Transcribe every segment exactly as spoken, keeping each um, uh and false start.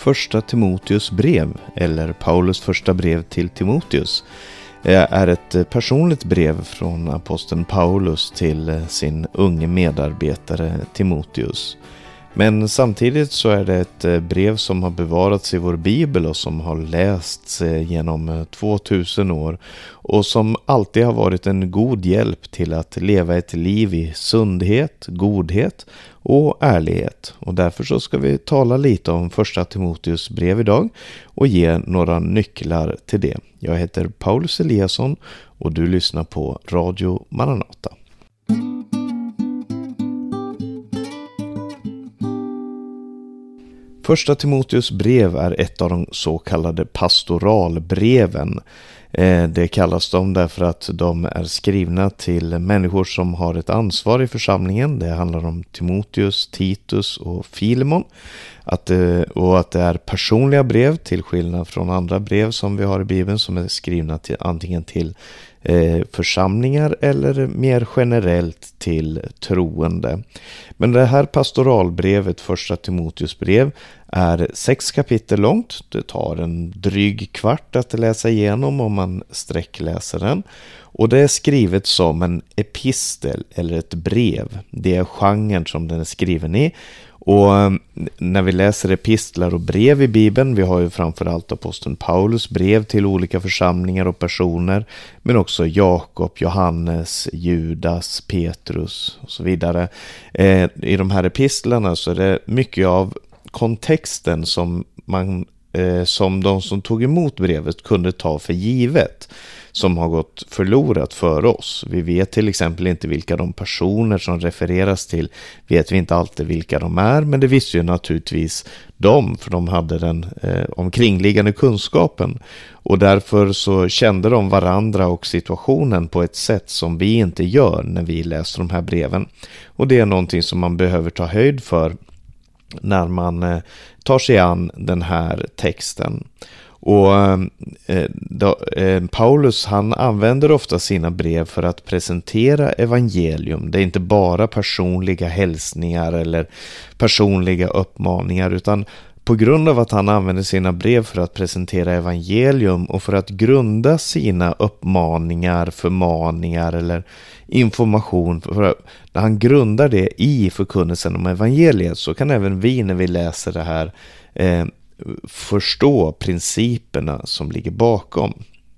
Första Timoteus brev, eller Paulus första brev till Timoteus, är ett personligt brev från aposteln Paulus till sin unge medarbetare Timoteus. Men samtidigt så är det ett brev som har bevarats i vår bibel och som har lästs genom tvåtusen år och som alltid har varit en god hjälp till att leva ett liv i sundhet, godhet och ärlighet. Och därför så ska vi tala lite om första Timoteus brev idag och ge några nycklar till det. Jag heter Paulus Eliasson och du lyssnar på Radio Maranata. Första Timoteus brev är ett av de så kallade pastoralbreven. Det kallas de därför att de är skrivna till människor som har ett ansvar i församlingen. Det handlar om Timoteus, Titus och Filemon. Att det, och att det är personliga brev till skillnad från andra brev som vi har i Bibeln som är skrivna till, antingen till eh, församlingar eller mer generellt till troende. Men det här pastoralbrevet, första Timoteus brev, är sex kapitel långt. Det tar en dryg kvart att läsa igenom om man sträckläser den. Och det är skrivet som en epistel eller ett brev. Det är genren som den är skriven i. Och när vi läser epistlar och brev i Bibeln, vi har ju framförallt aposteln Paulus brev till olika församlingar och personer, men också Jakob, Johannes, Judas, Petrus och så vidare. Eh, I de här epistlarna så är det mycket av kontexten som man eh, som de som tog emot brevet kunde ta för givet, som har gått förlorat för oss. Vi vet till exempel inte vilka de personer som refereras till, vet vi inte alltid vilka de är, men det visste ju naturligtvis de, för de hade den eh, omkringliggande kunskapen. Och därför så kände de varandra och situationen på ett sätt som vi inte gör när vi läser de här breven. Och det är någonting som man behöver ta höjd för när man eh, tar sig an den här texten. Och eh, då, eh, Paulus han använder ofta sina brev för att presentera evangelium. Det är inte bara personliga hälsningar eller personliga uppmaningar, utan på grund av att han använder sina brev för att presentera evangelium och för att grunda sina uppmaningar, förmaningar eller information, för att, när han grundar det i förkunnelsen om evangeliet, så kan även vi när vi läser det här eh, förstå principerna som ligger bakom.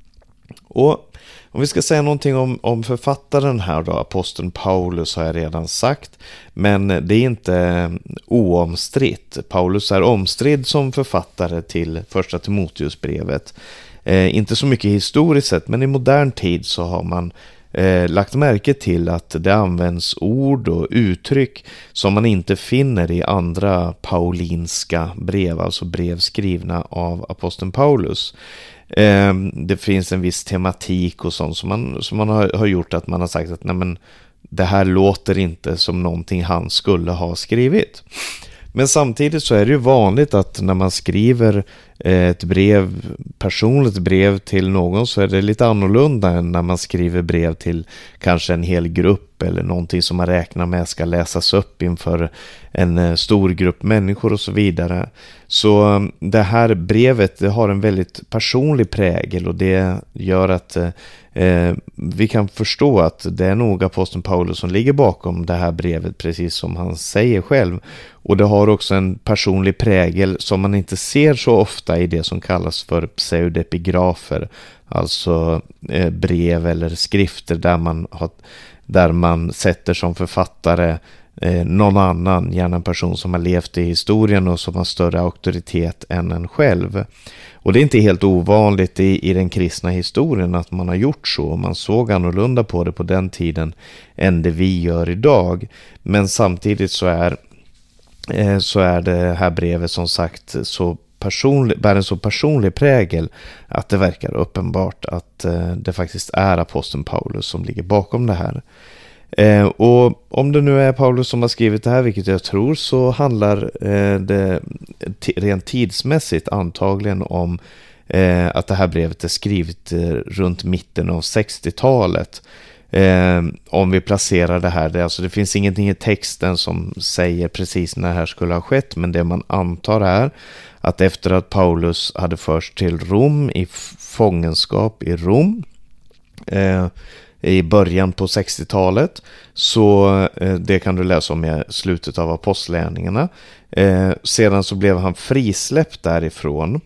Och om vi ska säga någonting om, om författaren här då, aposteln Paulus, har jag redan sagt, men det är inte oomstritt. Paulus är omstridd som författare till första Timoteusbrevet. Eh, inte så mycket historiskt sett, men i modern tid så har man Eh, lagt märke till att det används ord och uttryck som man inte finner i andra paulinska brev, alltså brev skrivna av aposteln Paulus. Eh, det finns en viss tematik och sånt som man, som man har, har gjort att man har sagt att nej, men det här låter inte som någonting han skulle ha skrivit. Men samtidigt så är det ju vanligt att när man skriver ett brev, personligt brev till någon, så är det lite annorlunda än när man skriver brev till kanske en hel grupp eller någonting som man räknar med ska läsas upp inför en stor grupp människor och så vidare. Så det här brevet, det har en väldigt personlig prägel, och det gör att eh, vi kan förstå att det är nog aposteln Paulus som ligger bakom det här brevet, precis som han säger själv. Och det har också en personlig prägel som man inte ser så ofta i det som kallas för pseudepigrafer, alltså eh, brev eller skrifter där man, har, där man sätter som författare eh, någon annan, gärna en person som har levt i historien och som har större auktoritet än en själv. Och det är inte helt ovanligt i, i den kristna historien att man har gjort så. Man såg annorlunda på det på den tiden än det vi gör idag. Men samtidigt så är, eh, så är det här brevet som sagt så personlig, bär en så personlig prägel att det verkar uppenbart att eh, det faktiskt är aposteln Paulus som ligger bakom det här. Eh, och om det nu är Paulus som har skrivit det här, vilket jag tror, så handlar eh, det t- rent tidsmässigt antagligen om eh, att det här brevet är skrivet eh, runt mitten av sextiotalet. Eh, om vi placerar det här, det, alltså det finns ingenting i texten som säger precis när det här skulle ha skett, men det man antar är att efter att Paulus hade förts till Rom i fångenskap i Rom eh, i början på sextiotalet, så eh, det kan du läsa om i slutet av apostlagärningarna. Eh, sedan så blev han frisläppt därifrån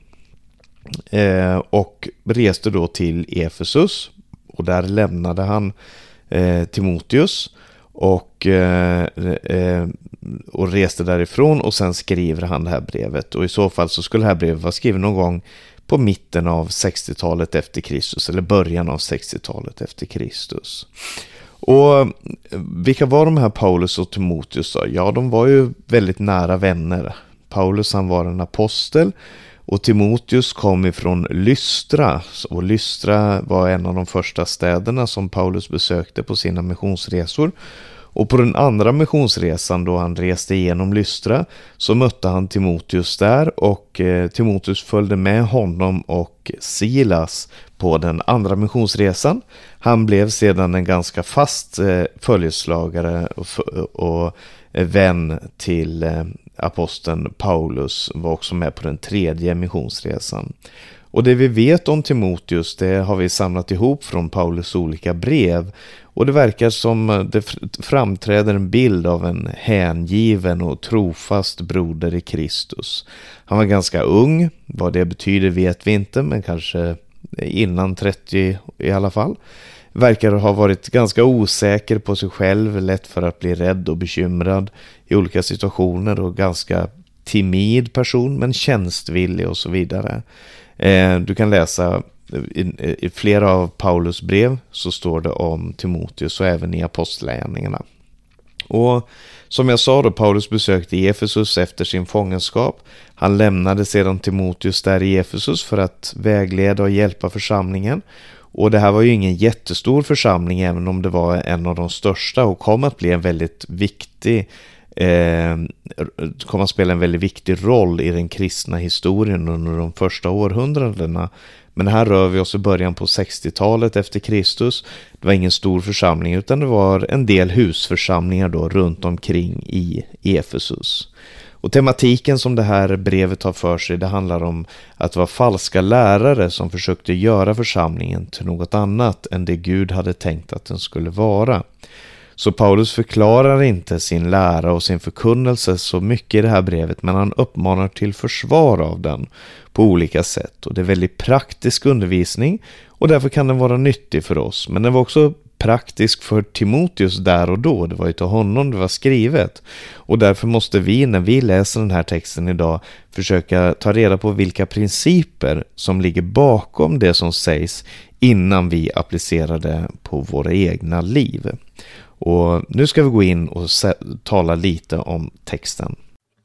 eh, och reste då till Efesus, och där lämnade han eh, Timoteus och, eh, eh, och reste därifrån, och sen skriver han det här brevet. Och i så fall så skulle det här brevet vara skrivet någon gång på mitten av sextiotalet efter Kristus, eller början av sextiotalet efter Kristus. Och vilka var de här Paulus och Timoteus då? Ja, de var ju väldigt nära vänner. Paulus, han var en apostel, och Timoteus kom ifrån Lystra, och Lystra var en av de första städerna som Paulus besökte på sina missionsresor. Och på den andra missionsresan, då han reste igenom Lystra, så mötte han Timoteus där, och eh, Timoteus följde med honom och Silas på den andra missionsresan. Han blev sedan en ganska fast eh, följeslagare och, och eh, vän till eh, aposteln Paulus, var också med på den tredje missionsresan. Och det vi vet om Timoteus, det har vi samlat ihop från Paulus olika brev. Och det verkar som det framträder en bild av en hängiven och trofast broder i Kristus. Han var ganska ung, vad det betyder vet vi inte, men kanske innan trettio i alla fall. Verkar ha varit ganska osäker på sig själv, lätt för att bli rädd och bekymrad i olika situationer, och ganska timid person, men tjänstvillig och så vidare. Du kan läsa i, i flera av Paulus brev, så står det om Timoteus, och även i apostlagärningarna. Och som jag sa då, Paulus besökte Efesus efter sin fångenskap. Han lämnade sedan Timoteus där i Efesus för att vägleda och hjälpa församlingen. Och det här var ju ingen jättestor församling, även om det var en av de största, och kom att bli en väldigt viktig Eh, kommer att spela en väldigt viktig roll i den kristna historien under de första århundradena. Men här rör vi oss i början på sextiotalet efter Kristus. Det var ingen stor församling, utan det var en del husförsamlingar då runt omkring i Efesus. Och tematiken som det här brevet har för sig, det handlar om att det var falska lärare som försökte göra församlingen till något annat än det Gud hade tänkt att den skulle vara. Så Paulus förklarar inte sin lära och sin förkunnelse så mycket i det här brevet, men han uppmanar till försvar av den på olika sätt. Och det är väldigt praktisk undervisning, och därför kan den vara nyttig för oss. Men den var också praktisk för Timoteus där och då. Det var ju till honom det var skrivet. Och därför måste vi, när vi läser den här texten idag, försöka ta reda på vilka principer som ligger bakom det som sägs innan vi applicerar det på våra egna liv. Och nu ska vi gå in och tala lite om texten.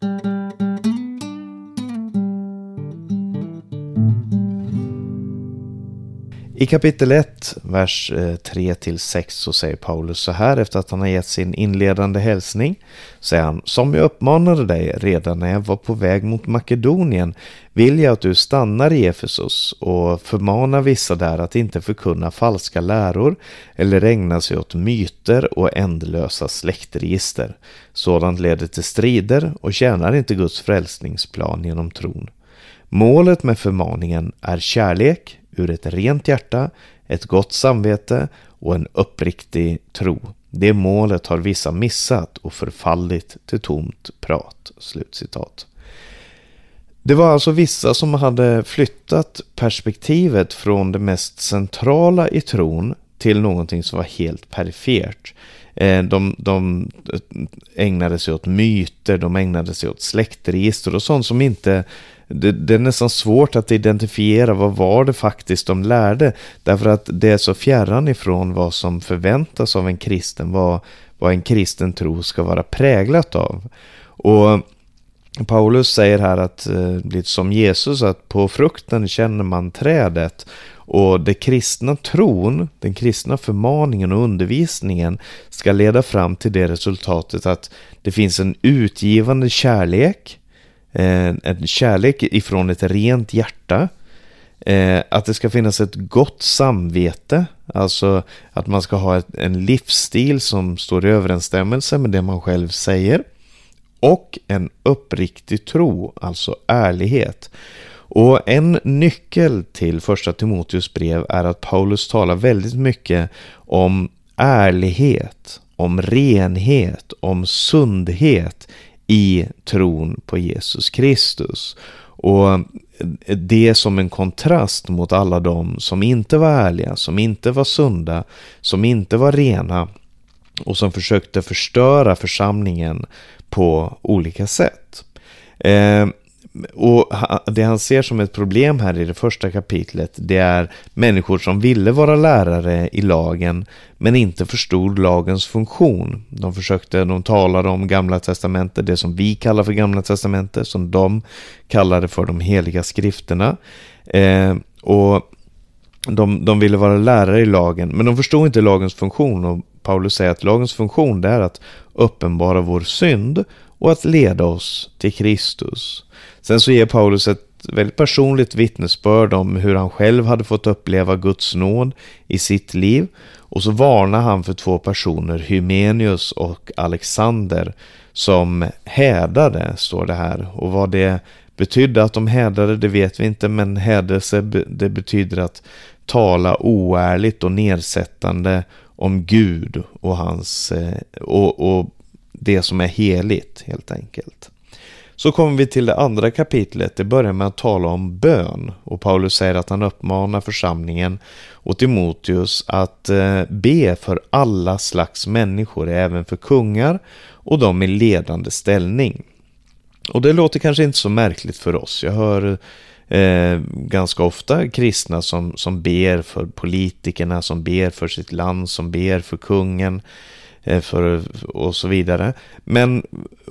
I kapitel ett, vers tre till sex, så säger Paulus så här efter att han har gett sin inledande hälsning. Säger han: som jag uppmanade dig redan när jag var på väg mot Makedonien, vill jag att du stannar i Efesus och förmanar vissa där att inte förkunna falska läror eller ägna sig åt myter och ändlösa släktregister. Sådant leder till strider och tjänar inte Guds frälsningsplan genom tron. Målet med förmaningen är kärlek ur ett rent hjärta, ett gott samvete och en uppriktig tro. Det målet har vissa missat och förfallit till tomt prat. Slutcitat. Det var alltså vissa som hade flyttat perspektivet från det mest centrala i tron till någonting som var helt perifert. De, de ägnade sig åt myter, de ägnade sig åt släktregister och sånt som inte... Det, det är nästan svårt att identifiera vad var det faktiskt de lärde, därför att det är så fjärran ifrån vad som förväntas av en kristen, vad, vad en kristen tro ska vara präglat av. Och Paulus säger här att lite som Jesus, att på frukten känner man trädet. Och det kristna tron, den kristna förmaningen och undervisningen ska leda fram till det resultatet att det finns en utgivande kärlek, en kärlek ifrån ett rent hjärta, Eh, att det ska finnas ett gott samvete, alltså att man ska ha ett, en livsstil som står i överensstämmelse med det man själv säger, och en uppriktig tro, alltså ärlighet. Och en nyckel till första Timoteus brev är att Paulus talar väldigt mycket om ärlighet, om renhet, om sundhet i tron på Jesus Kristus. Och det som en kontrast mot alla de som inte var ärliga, som inte var sunda, som inte var rena och som försökte förstöra församlingen på olika sätt. Eh, och det han ser som ett problem här i det första kapitlet, det är människor som ville vara lärare i lagen men inte förstod lagens funktion. De försökte, de talade om Gamla testamentet, det som vi kallar för Gamla testamentet, som de kallade för de heliga skrifterna. Eh, och de, de ville vara lärare i lagen, men de förstod inte lagens funktion. Och Paulus säger att lagens funktion det är att uppenbara vår synd och att leda oss till Kristus. Sen så ger Paulus ett väldigt personligt vittnesbörd om hur han själv hade fått uppleva Guds nåd i sitt liv. Och så varnar han för två personer, Hymenius och Alexander, som hädade, står det här. Och vad det betydde att de hädade, det vet vi inte, men hädelse, det betyder att tala oärligt och nedsättande om Gud och hans och, och det som är heligt, helt enkelt. Så kommer vi till det andra kapitlet. Det börjar med att tala om bön. Och Paulus säger att han uppmanar församlingen och Timoteus att be för alla slags människor, även för kungar och de i ledande ställning. Och det låter kanske inte så märkligt för oss. Jag hör eh, ganska ofta kristna som, som ber för politikerna, som ber för sitt land, som ber för kungen för, och så vidare. Men,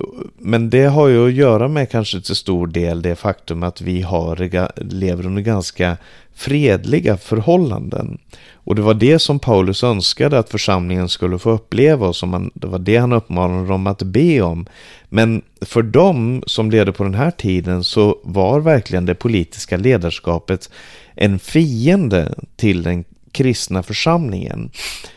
men det har ju att göra med kanske till stor del det faktum att vi har, lever under ganska fredliga förhållanden. Och det var det som Paulus önskade att församlingen skulle få uppleva, och som han, det var det han uppmanade dem att be om. Men för dem som ledde på den här tiden så var verkligen det politiska ledarskapet en fiende till den kristna församlingen.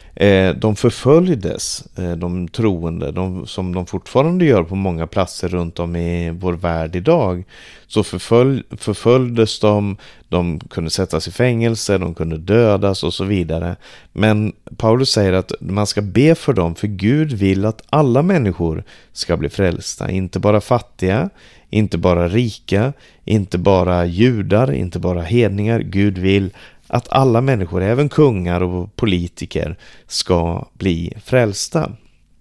De förföljdes, de troende, de, som de fortfarande gör på många platser runt om i vår värld idag. Så förfölj, förföljdes de, de kunde sättas i fängelse, de kunde dödas och så vidare. Men Paulus säger att man ska be för dem, för Gud vill att alla människor ska bli frälsta. Inte bara fattiga, inte bara rika, inte bara judar, inte bara hedningar. Gud vill att alla människor, även kungar och politiker, ska bli frälsta.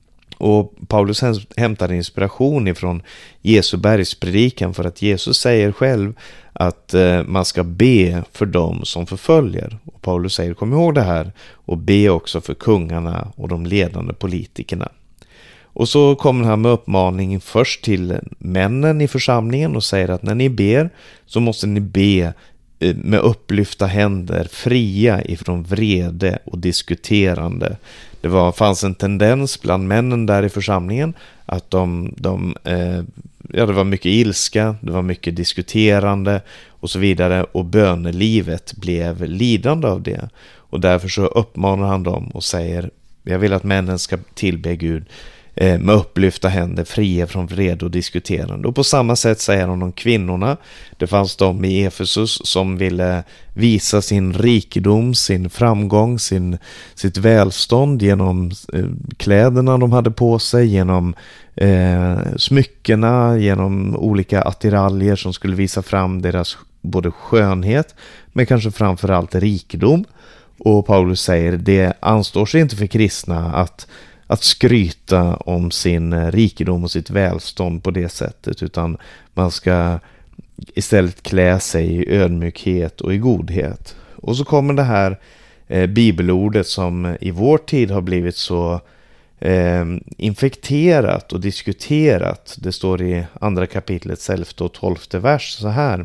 Och Paulus hämtar inspiration ifrån Jesu bergspredikan, för att Jesus säger själv att man ska be för dem som förföljer. Och Paulus säger, kom ihåg det här och be också för kungarna och de ledande politikerna. Och så kommer han med uppmaning först till männen i församlingen och säger att när ni ber så måste ni be med upplyfta händer, fria ifrån vrede och diskuterande. Det var, fanns en tendens bland männen där i församlingen att de, de eh, ja, det var mycket ilska, det var mycket diskuterande och så vidare, och bönelivet blev lidande av det. Och därför så uppmanar han dem och säger, jag vill att männen ska tillbe Gud med upplyfta händer, fria från vrede och diskuterande. Och på samma sätt säger han om kvinnorna. Det fanns de i Efesus som ville visa sin rikedom, sin framgång, sin, sitt välstånd genom eh, kläderna de hade på sig, genom eh, smyckena, genom olika attiraljer som skulle visa fram deras både skönhet men kanske framförallt rikedom. Och Paulus säger, det anstår sig inte för kristna att att skryta om sin rikedom och sitt välstånd på det sättet, utan man ska istället klä sig i ödmjukhet och i godhet. Och så kommer det här eh, bibelordet som i vår tid har blivit så eh, infekterat och diskuterat. Det står i andra kapitlet elfte och tolfte vers så här: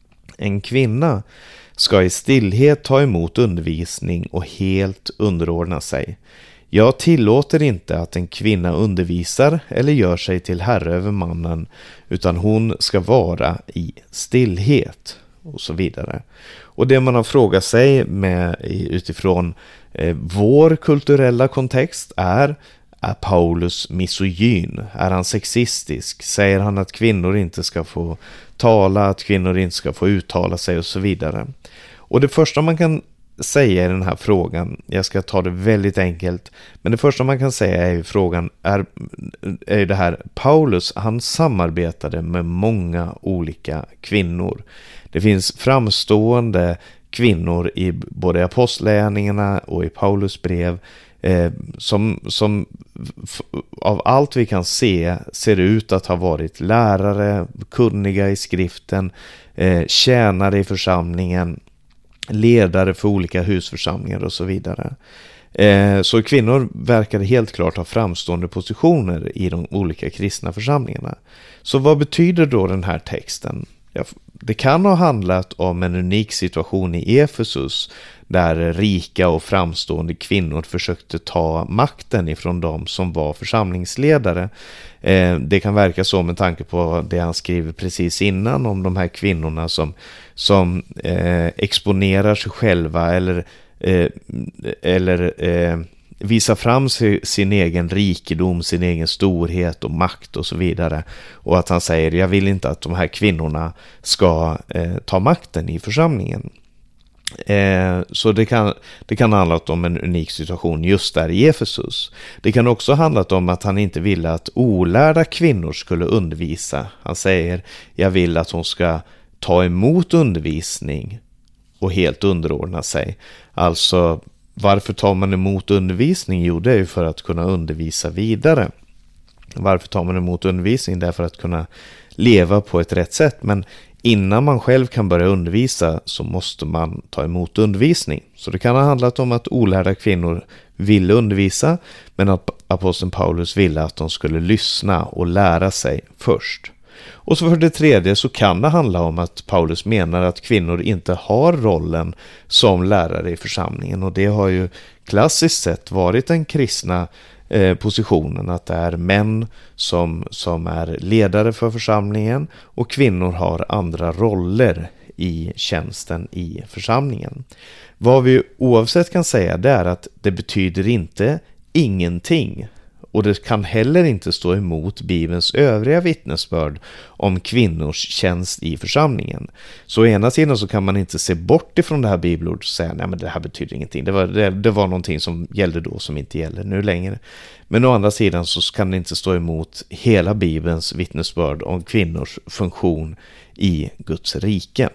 en kvinna ska i stillhet ta emot undervisning och helt underordna sig. Jag tillåter inte att en kvinna undervisar eller gör sig till herre över mannen, utan hon ska vara i stillhet. och så vidare. Och det man har frågat sig med, utifrån eh, vår kulturella kontext är: är Paulus misogyn? Är han sexistisk? Säger han att kvinnor inte ska få tala, att kvinnor inte ska få uttala sig och så vidare? Och det första man kan säga i den här frågan, jag ska ta det väldigt enkelt, men det första man kan säga är ju frågan, är, är det här, Paulus, han samarbetade med många olika kvinnor. Det finns framstående kvinnor i både apostlagärningarna och i Paulus brev eh, som, som f- av allt vi kan se ser ut att ha varit lärare, kunniga i skriften, eh, tjänare i församlingen, ledare för olika husförsamlingar och så vidare. Eh, så kvinnor verkar helt klart ha framstående positioner i de olika kristna församlingarna. Så vad betyder då den här texten? Ja, det kan ha handlat om en unik situation i Efesus där rika och framstående kvinnor försökte ta makten ifrån dem som var församlingsledare. Eh, det kan verka så med tanke på det han skriver precis innan om de här kvinnorna som, som eh, exponerar sig själva eller, eh, eller eh, visar fram sig, sin egen rikedom, sin egen storhet och makt och så vidare. Och att han säger, jag vill inte att de här kvinnorna ska eh, ta makten i församlingen. Eh, så det kan, det kan handla om en unik situation just där i Efesus. Det kan också handla om att han inte ville att olärda kvinnor skulle undervisa. Han säger, jag vill att hon ska ta emot undervisning och helt underordna sig. Alltså, varför tar man emot undervisning? Jo, det är ju för att kunna undervisa vidare. Varför tar man emot undervisning? Det är för att kunna leva på ett rätt sätt. Men innan man själv kan börja undervisa så måste man ta emot undervisning. Så det kan ha handlat om att olärda kvinnor ville undervisa, men att aposteln Paulus ville att de skulle lyssna och lära sig först. Och så för det tredje så kan det handla om att Paulus menar att kvinnor inte har rollen som lärare i församlingen. Och det har ju klassiskt sett varit den kristna eh, positionen, att det är män som, som är ledare för församlingen och kvinnor har andra roller i tjänsten i församlingen. Vad vi oavsett kan säga det är att det betyder inte ingenting. Och det kan heller inte stå emot Bibelns övriga vittnesbörd om kvinnors tjänst i församlingen. Så å ena sidan så kan man inte se bort ifrån det här bibelordet och säga nej men det här betyder ingenting. Det var, det, det var någonting som gällde då som inte gäller nu längre. Men å andra sidan så kan det inte stå emot hela Bibelns vittnesbörd om kvinnors funktion i Guds rike.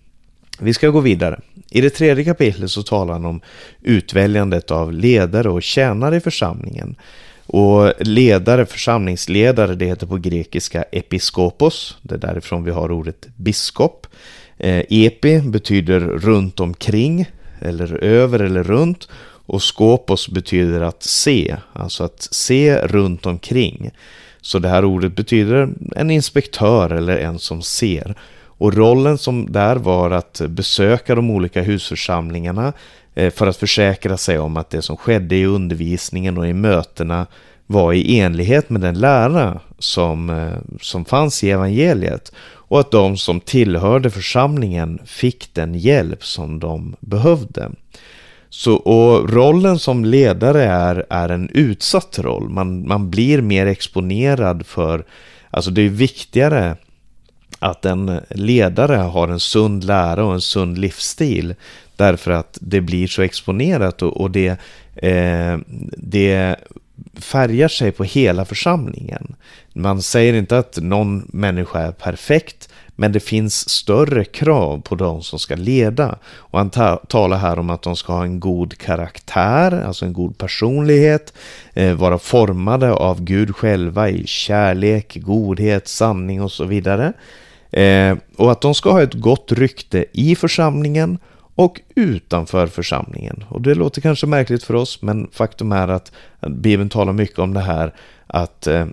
Vi ska gå vidare. I det tredje kapitlet så talar han om utväljandet av ledare och tjänare i församlingen. Och ledare, församlingsledare, det heter på grekiska episkopos. Det är därifrån vi har ordet biskop. Eh, epi betyder runt omkring, eller över eller runt. Och skopos betyder att se, alltså att se runt omkring. Så det här ordet betyder en inspektör eller en som ser. Och rollen som där var att besöka de olika husförsamlingarna för att försäkra sig om att det som skedde i undervisningen och i mötena var i enlighet med den lära som, som fanns i evangeliet, och att de som tillhörde församlingen fick den hjälp som de behövde. Så, och rollen som ledare är, är en utsatt roll. Man, man blir mer exponerad för, alltså det är viktigare att en ledare har en sund lära och en sund livsstil, därför att det blir så exponerat och, och det, eh, det färgar sig på hela församlingen. Man säger inte att någon människa är perfekt, men det finns större krav på de som ska leda. Och han ta- talar här om att de ska ha en god karaktär, alltså en god personlighet, eh, vara formade av Gud själva i kärlek, godhet, sanning och så vidare. Eh, och att de ska ha ett gott rykte i församlingen och utanför församlingen. Och det låter kanske märkligt för oss, men faktum är att Bibeln talar mycket om det här, att, eh,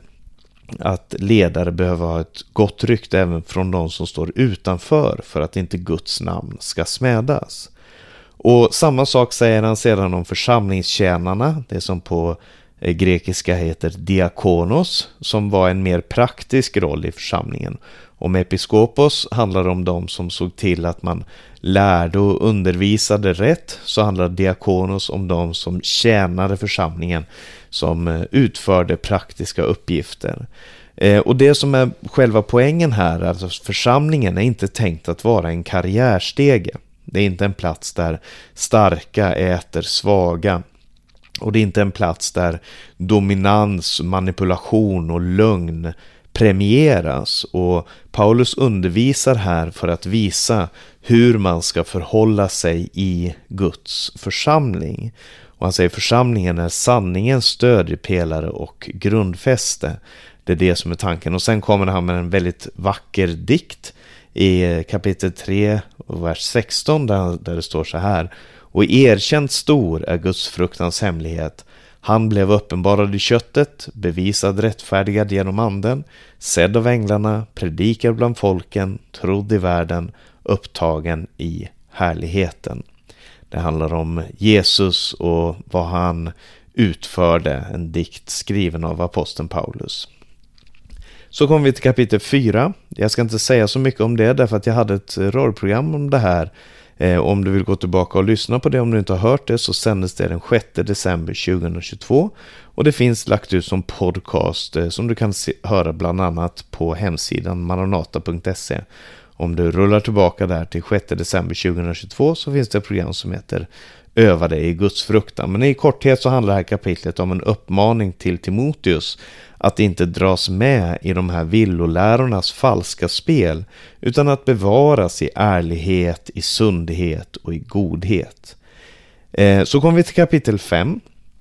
att ledare behöver ha ett gott rykte även från de som står utanför, för att inte Guds namn ska smädas. Och samma sak säger han sedan om församlingstjänarna, det som på grekiska heter diakonos, som var en mer praktisk roll i församlingen. Om episkopos handlar om de som såg till att man lärde och undervisade rätt, så handlar diakonos om de som tjänade församlingen, som utförde praktiska uppgifter. Och det som är själva poängen här är att församlingen är inte tänkt att vara en karriärstege. Det är inte en plats där starka äter svaga. Och det är inte en plats där dominans, manipulation och lögn premieras. Och Paulus undervisar här för att visa hur man ska förhålla sig i Guds församling. Och han säger församlingen är sanningens stödjepelare och grundfäste. Det är det som är tanken. Och sen kommer han med en väldigt vacker dikt i kapitel tre, vers sexton, där, där det står så här: och erkänt stor är Guds fruktans hemlighet. Han blev uppenbarad i köttet, bevisad rättfärdigad genom anden, sedd av änglarna, predikad bland folken, trodd i världen, upptagen i härligheten. Det handlar om Jesus och vad han utförde, en dikt skriven av aposteln Paulus. Så kommer vi till kapitel fyra. Jag ska inte säga så mycket om det därför att jag hade ett rörprogram om det här. Eh, om du vill gå tillbaka och lyssna på det, om du inte har hört det, så sändes det den sjätte december tjugohundratjugotvå. Och det finns lagt ut som podcast eh, som du kan se, höra bland annat på hemsidan maranata punkt se. Om du rullar tillbaka där till sjätte december tjugohundratjugotvå så finns det ett program som heter Öva dig i Guds fruktan. Men i korthet så handlar det här kapitlet om en uppmaning till Timoteus att inte dras med i de här villolärornas falska spel, utan att bevaras i ärlighet, i sundhet och i godhet. Eh, så kommer vi till kapitel fem.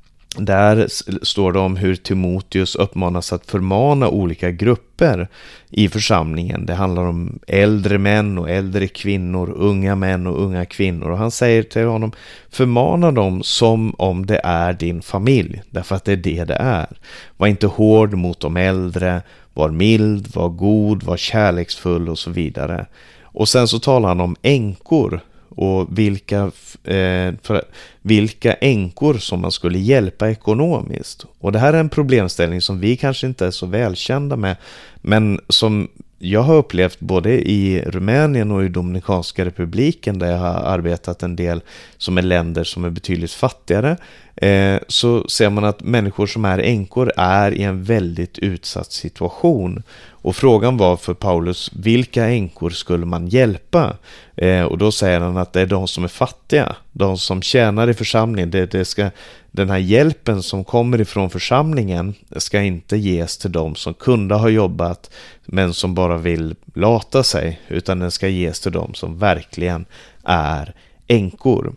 Där står det om hur Timoteus uppmanas att förmana olika grupper i församlingen. Det handlar om äldre män och äldre kvinnor, unga män och unga kvinnor. Och han säger till honom, förmana dem som om det är din familj. Därför att det är det det är. Var inte hård mot de äldre, var mild, var god, var kärleksfull och så vidare. Och sen så talar han om änkor. Och vilka, eh, för, vilka änkor som man skulle hjälpa ekonomiskt. Och det här är en problemställning som vi kanske inte är så välkända med, men som jag har upplevt både i Rumänien och i Dominikanska republiken, där jag har arbetat en del som är länder som är betydligt fattigare, eh, så ser man att människor som är änkor är i en väldigt utsatt situation. Och frågan var för Paulus, vilka änkor skulle man hjälpa? Eh, och då säger han att det är de som är fattiga, de som tjänar i församlingen. Det, det ska, den här hjälpen som kommer ifrån församlingen ska inte ges till de som kunde ha jobbat men som bara vill lata sig, utan den ska ges till de som verkligen är änkor.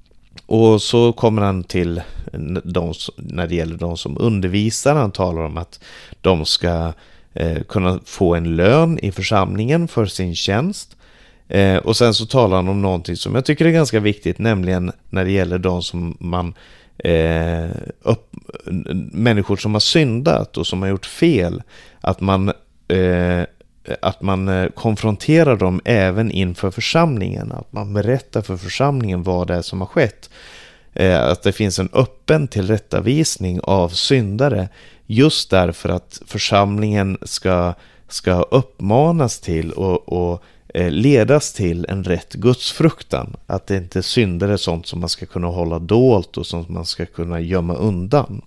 Och så kommer han till de, när det gäller de som undervisar. Han talar om att de ska eh, kunna få en lön i församlingen för sin tjänst. Eh, och sen så talar han om någonting som jag tycker är ganska viktigt, nämligen när det gäller de som man eh, upp, människor som har syndat och som har gjort fel, att man eh, att man konfronterar dem även inför församlingen, att man berättar för församlingen vad det är som har skett, att det finns en öppen tillrättavisning av syndare, just därför att församlingen ska, ska uppmanas till och, och ledas till en rätt gudsfruktan, att det inte syndare är sånt som man ska kunna hålla dolt och sånt som man ska kunna gömma undan.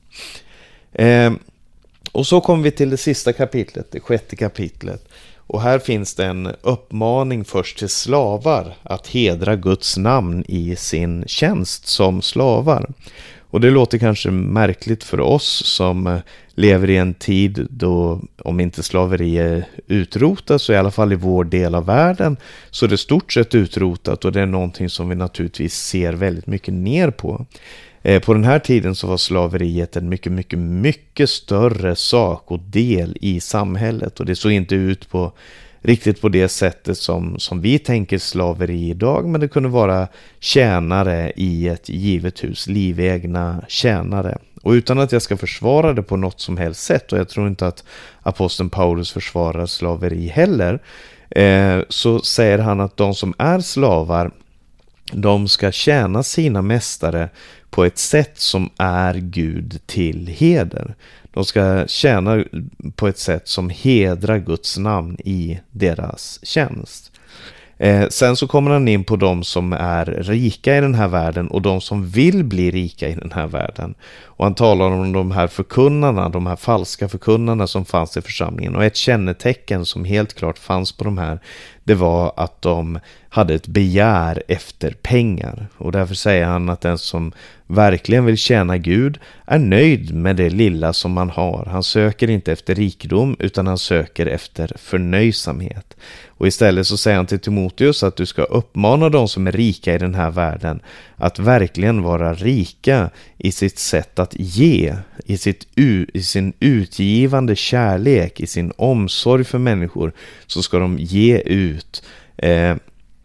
Eh, och så kommer vi till det sista kapitlet, det sjätte kapitlet. Och här finns det en uppmaning först till slavar att hedra Guds namn i sin tjänst som slavar. Och det låter kanske märkligt för oss som lever i en tid då, om inte slaveri är utrotat, så i alla fall i vår del av världen så är det stort sett utrotat, och det är någonting som vi naturligtvis ser väldigt mycket ner på. På den här tiden så var slaveriet en mycket, mycket, mycket större sak och del i samhället, och det såg inte ut på riktigt på det sättet som, som vi tänker slaveri idag, men det kunde vara tjänare i ett givet hus, livegna tjänare. Och utan att jag ska försvara det på något som helst sätt, och jag tror inte att aposteln Paulus försvarar slaveri heller, eh, så säger han att de som är slavar, de ska tjäna sina mästare på ett sätt som är Gud till heder. De ska tjäna på ett sätt som hedrar Guds namn i deras tjänst. Eh, sen så kommer han in på de som är rika i den här världen och de som vill bli rika i den här världen. Och han talar om de här förkunnarna, de här falska förkunnarna som fanns i församlingen. Och ett kännetecken som helt klart fanns på de här, det var att de hade ett begär efter pengar. Och därför säger han att den som verkligen vill tjäna Gud är nöjd med det lilla som man har. Han söker inte efter rikedom utan han söker efter förnöjsamhet. Och istället så säger han till Timoteus att du ska uppmana de som är rika i den här världen att verkligen vara rika i sitt sätt att ge, i, sitt u, i sin utgivande kärlek, i sin omsorg för människor, så ska de ge ut eh,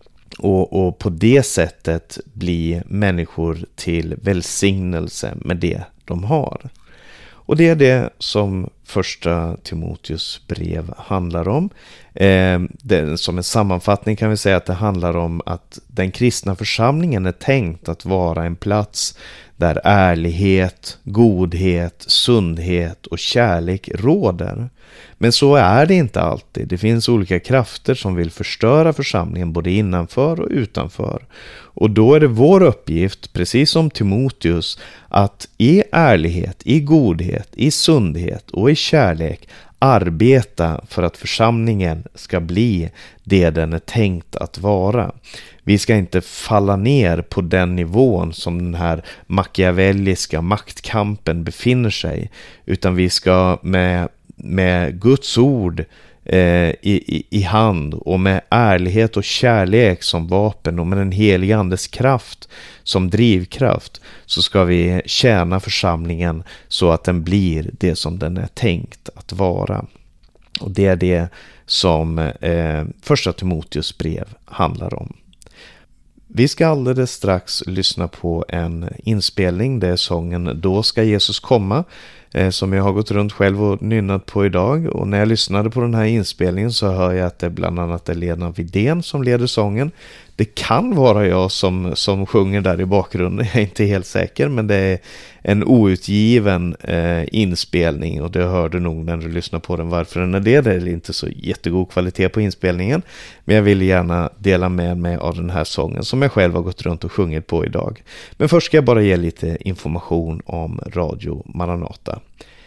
och, och på det sättet bli människor till välsignelse med det de har. Och det är det som första Timoteus brev handlar om. Eh, det, som en sammanfattning kan vi säga att det handlar om att den kristna församlingen är tänkt att vara en plats där ärlighet, godhet, sundhet och kärlek råder. Men så är det inte alltid. Det finns olika krafter som vill förstöra församlingen både innanför och utanför. Och då är det vår uppgift, precis som Timoteus, att i ärlighet, i godhet, i sundhet och i kärlek arbeta för att församlingen ska bli det den är tänkt att vara. Vi ska inte falla ner på den nivån som den här machiavelliska maktkampen befinner sig, utan vi ska med, med Guds ord eh, i, i, i hand och med ärlighet och kärlek som vapen och med den heliga andes kraft som drivkraft, så ska vi tjäna församlingen så att den blir det som den är tänkt att vara. Och det är det som eh, första Timoteus brev handlar om. Vi ska alldeles strax lyssna på en inspelning. Det är sången Då ska Jesus komma, eh, som jag har gått runt själv och nynnat på idag. Och när jag lyssnade på den här inspelningen så hör jag att det bland annat är Lena Widén som leder sången. Det kan vara jag som, som sjunger där i bakgrunden, jag är inte helt säker, men det är en outgiven eh, inspelning och det hörde nog när du lyssnar på den varför den är det. Det är inte så jättegod kvalitet på inspelningen, men jag vill gärna dela med mig av den här sången som jag själv har gått runt och sjungit på idag. Men först ska jag bara ge lite information om Radio Maranata.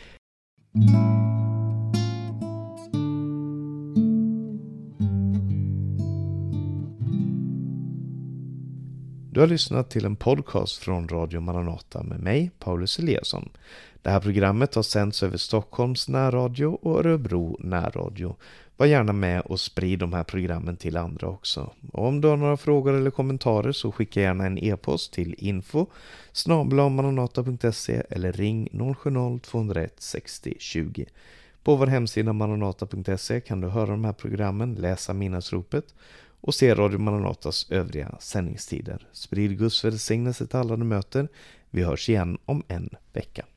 Du har lyssnat till en podcast från Radio Maranata med mig, Paulus Eliasson. Det här programmet har sänds över Stockholms närradio och Örebro närradio. Var gärna med och sprid de här programmen till andra också. Och om du har några frågor eller kommentarer så skicka gärna en e-post till info snabel-a maranata punkt se eller ring noll sju noll två noll ett sex noll två noll. På vår hemsida maranata punkt se kan du höra de här programmen, läsa minnesropet och se Radio Maranatas övriga sändningstider. Sprid Guds välsignelse till alla du möter. Vi hörs igen om en vecka.